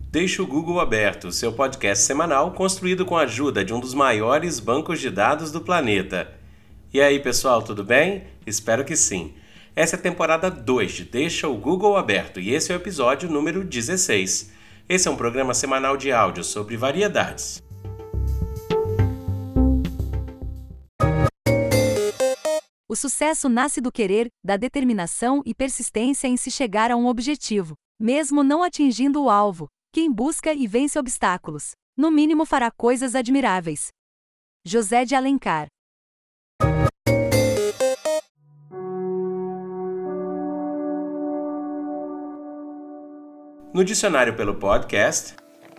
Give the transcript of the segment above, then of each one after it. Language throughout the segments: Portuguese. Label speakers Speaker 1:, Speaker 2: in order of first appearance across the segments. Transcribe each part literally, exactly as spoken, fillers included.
Speaker 1: Deixa o Google Aberto, seu podcast semanal construído com a ajuda de um dos maiores bancos de dados do planeta. E aí, pessoal, tudo bem? Espero que sim. Essa é a temporada dois de Deixa o Google Aberto e esse é o episódio número dezesseis. Esse é um programa semanal de áudio sobre variedades.
Speaker 2: O sucesso nasce do querer, da determinação e persistência em se chegar a um objetivo, mesmo não atingindo o alvo. Quem busca e vence obstáculos, no mínimo fará coisas admiráveis. José de Alencar.
Speaker 1: No dicionário pelo podcast,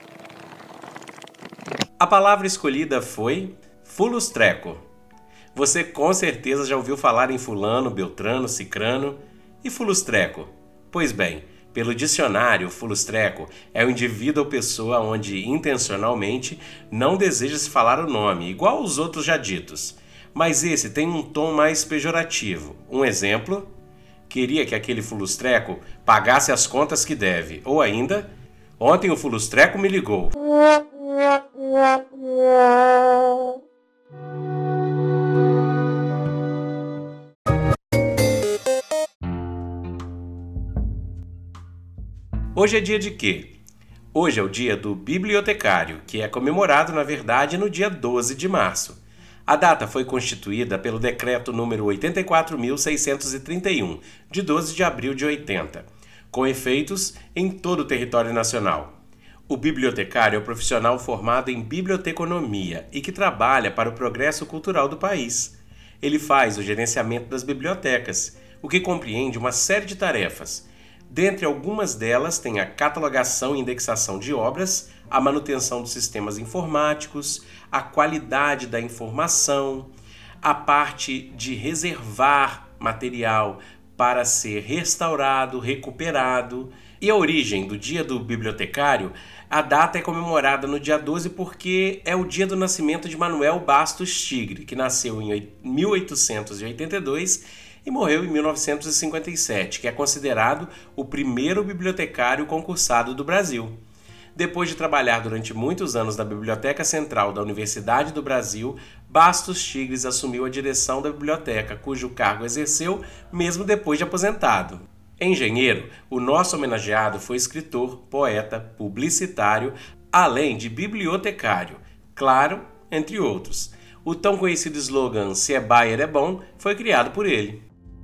Speaker 1: a palavra escolhida foi fulustreco. Você com certeza já ouviu falar em fulano, beltrano, cicrano e fulustreco. Pois bem, pelo dicionário, fulustreco é o indivíduo ou pessoa onde intencionalmente não deseja se falar o nome, igual aos outros já ditos. Mas esse tem um tom mais pejorativo. Um exemplo: queria que aquele fulustreco pagasse as contas que deve. Ou ainda, ontem o fulustreco me ligou. Hoje é dia de quê? Hoje é o dia do bibliotecário, que é comemorado, na verdade, no dia doze de março. A data foi constituída pelo Decreto número oitenta e quatro mil seiscentos e trinta e um, de doze de abril de oitenta, com efeitos em todo o território nacional. O bibliotecário é o profissional formado em biblioteconomia e que trabalha para o progresso cultural do país. Ele faz o gerenciamento das bibliotecas, o que compreende uma série de tarefas. Dentre algumas delas tem a catalogação e indexação de obras, a manutenção dos sistemas informáticos, a qualidade da informação, a parte de reservar material para ser restaurado, recuperado. E a origem do Dia do Bibliotecário, a data é comemorada no dia doze porque é o dia do nascimento de Manuel Bastos Tigre, que nasceu em mil oitocentos e oitenta e dois e morreu em mil novecentos e cinquenta e sete, que é considerado o primeiro bibliotecário concursado do Brasil. Depois de trabalhar durante muitos anos na Biblioteca Central da Universidade do Brasil, Bastos Tigres assumiu a direção da biblioteca, cujo cargo exerceu mesmo depois de aposentado. Engenheiro, o nosso homenageado foi escritor, poeta, publicitário, além de bibliotecário, claro, entre outros. O tão conhecido slogan "Se é Bayer é bom" foi criado por ele.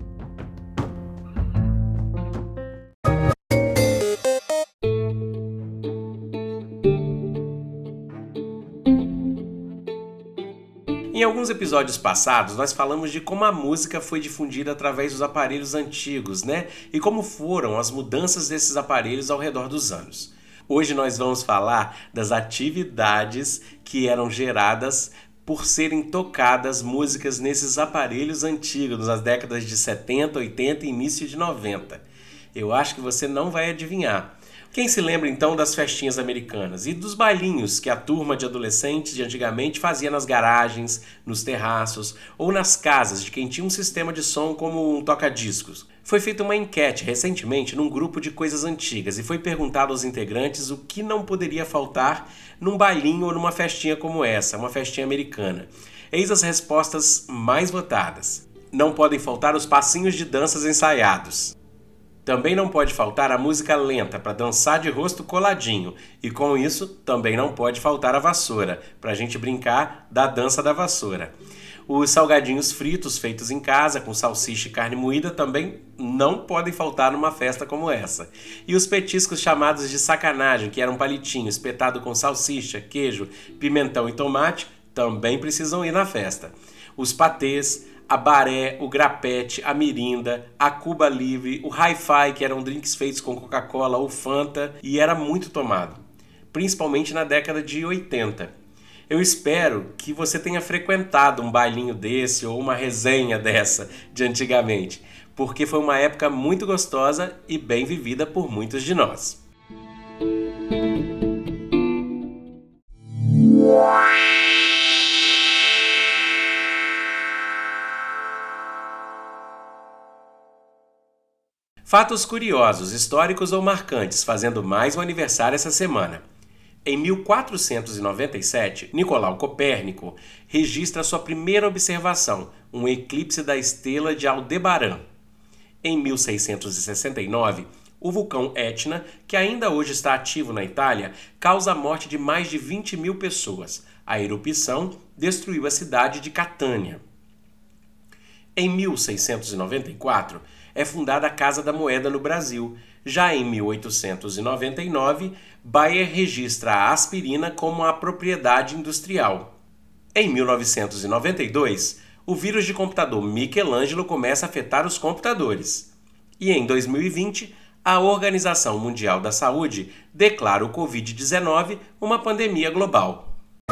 Speaker 1: Em alguns episódios passados, nós falamos de como a música foi difundida através dos aparelhos antigos, né? E como foram as mudanças desses aparelhos ao redor dos anos. Hoje nós vamos falar das atividades que eram geradas por serem tocadas músicas nesses aparelhos antigos, nas décadas de setenta, oitenta e início de noventa. Eu acho que você não vai adivinhar. Quem se lembra então das festinhas americanas e dos bailinhos que a turma de adolescentes de antigamente fazia nas garagens, nos terraços ou nas casas de quem tinha um sistema de som como um toca-discos? Foi feita uma enquete recentemente num grupo de coisas antigas e foi perguntado aos integrantes o que não poderia faltar num bailinho ou numa festinha como essa, uma festinha americana. Eis as respostas mais votadas. Não podem faltar os passinhos de danças ensaiados. Também não pode faltar a música lenta para dançar de rosto coladinho. E com isso, também não pode faltar a vassoura, para a gente brincar da dança da vassoura. Os salgadinhos fritos feitos em casa, com salsicha e carne moída, também não podem faltar numa festa como essa. E os petiscos chamados de sacanagem, que eram palitinho espetado com salsicha, queijo, pimentão e tomate, também precisam ir na festa. Os patês, a baré, o grapete, a mirinda, a Cuba Livre, o hi-fi, que eram drinks feitos com Coca-Cola ou Fanta, e era muito tomado, principalmente na década de oitenta. Eu espero que você tenha frequentado um bailinho desse ou uma resenha dessa de antigamente, porque foi uma época muito gostosa e bem vivida por muitos de nós. Fatos curiosos, históricos ou marcantes, fazendo mais um aniversário essa semana. Em mil quatrocentos e noventa e sete, Nicolau Copérnico registra sua primeira observação, um eclipse da estrela de Aldebaran. Em mil seiscentos e sessenta e nove, o vulcão Etna, que ainda hoje está ativo na Itália, causa a morte de mais de vinte mil pessoas. A erupção destruiu a cidade de Catânia. Em mil seiscentos e noventa e quatro, é fundada a Casa da Moeda no Brasil. Já em mil oitocentos e noventa e nove, Bayer registra a aspirina como a propriedade industrial. Em mil novecentos e noventa e dois, o vírus de computador Michelangelo começa a afetar os computadores. E em dois mil e vinte, a Organização Mundial da Saúde declara o covid dezenove uma pandemia global.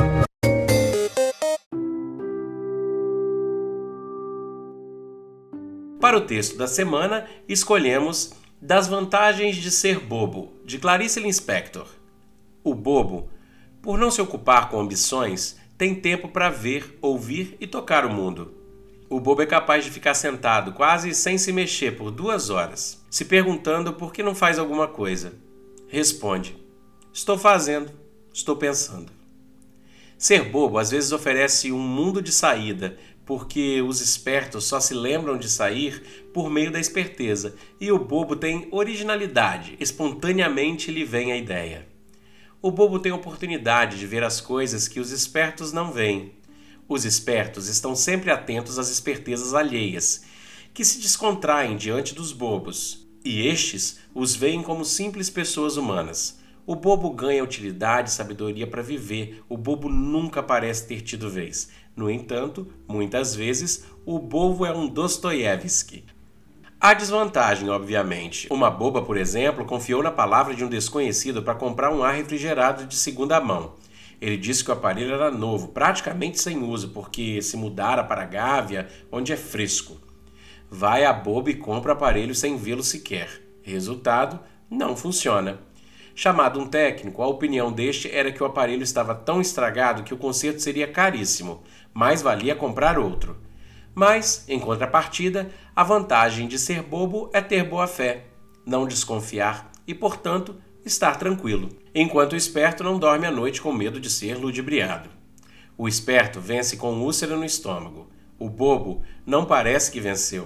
Speaker 1: Para o texto da semana, escolhemos Das Vantagens de Ser Bobo, de Clarice Lispector. O bobo, por não se ocupar com ambições, tem tempo para ver, ouvir e tocar o mundo. O bobo é capaz de ficar sentado quase sem se mexer por duas horas, se perguntando por que não faz alguma coisa. Responde: estou fazendo, estou pensando. Ser bobo às vezes oferece um mundo de saída, porque os espertos só se lembram de sair por meio da esperteza, e o bobo tem originalidade, espontaneamente lhe vem a ideia. O bobo tem oportunidade de ver as coisas que os espertos não veem. Os espertos estão sempre atentos às espertezas alheias, que se descontraem diante dos bobos, e estes os veem como simples pessoas humanas. O bobo ganha utilidade e sabedoria para viver, o bobo nunca parece ter tido vez. No entanto, muitas vezes, o bobo é um Dostoiévski. Há desvantagem, obviamente. Uma boba, por exemplo, confiou na palavra de um desconhecido para comprar um ar refrigerado de segunda mão. Ele disse que o aparelho era novo, praticamente sem uso, porque se mudara para Gávea, onde é fresco. Vai a boba e compra o aparelho sem vê-lo sequer. Resultado, não funciona. Chamado um técnico, a opinião deste era que o aparelho estava tão estragado que o conserto seria caríssimo, mais valia comprar outro. Mas, em contrapartida, a vantagem de ser bobo é ter boa fé, não desconfiar e, portanto, estar tranquilo, enquanto o esperto não dorme à noite com medo de ser ludibriado. O esperto vence com úlcera no estômago. O bobo não parece que venceu.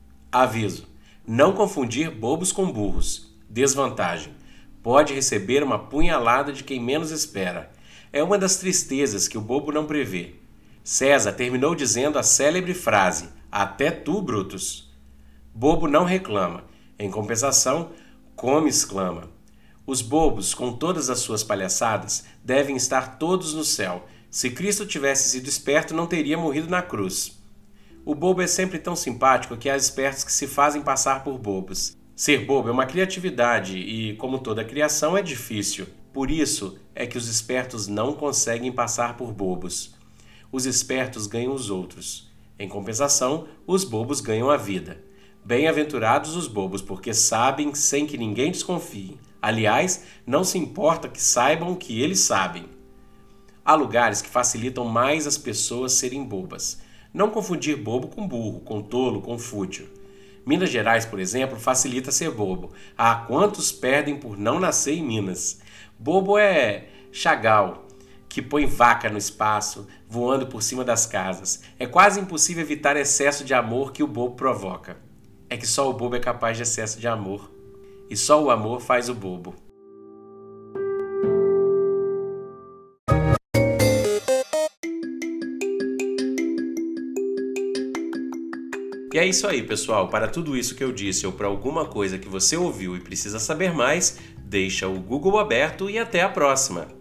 Speaker 1: Aviso: não confundir bobos com burros. Desvantagem: pode receber uma punhalada de quem menos espera. É uma das tristezas que o bobo não prevê. César terminou dizendo a célebre frase: até tu, Brutus. Bobo não reclama. Em compensação, come exclama. Os bobos, com todas as suas palhaçadas, devem estar todos no céu. Se Cristo tivesse sido esperto, não teria morrido na cruz. O bobo é sempre tão simpático que há espertos que se fazem passar por bobos. Ser bobo é uma criatividade e, como toda criação, é difícil. Por isso é que os espertos não conseguem passar por bobos. Os espertos ganham os outros. Em compensação, os bobos ganham a vida. Bem-aventurados os bobos, porque sabem sem que ninguém desconfie. Aliás, não se importa que saibam que eles sabem. Há lugares que facilitam mais as pessoas serem bobas. Não confundir bobo com burro, com tolo, com fútil. Minas Gerais, por exemplo, facilita ser bobo. Há quantos perdem por não nascer em Minas? Bobo é Chagall, que põe vaca no espaço, voando por cima das casas. É quase impossível evitar excesso de amor que o bobo provoca. É que só o bobo é capaz de excesso de amor. E só o amor faz o bobo. E é isso aí, pessoal. Para tudo isso que eu disse ou para alguma coisa que você ouviu e precisa saber mais, deixa o Google aberto e até a próxima!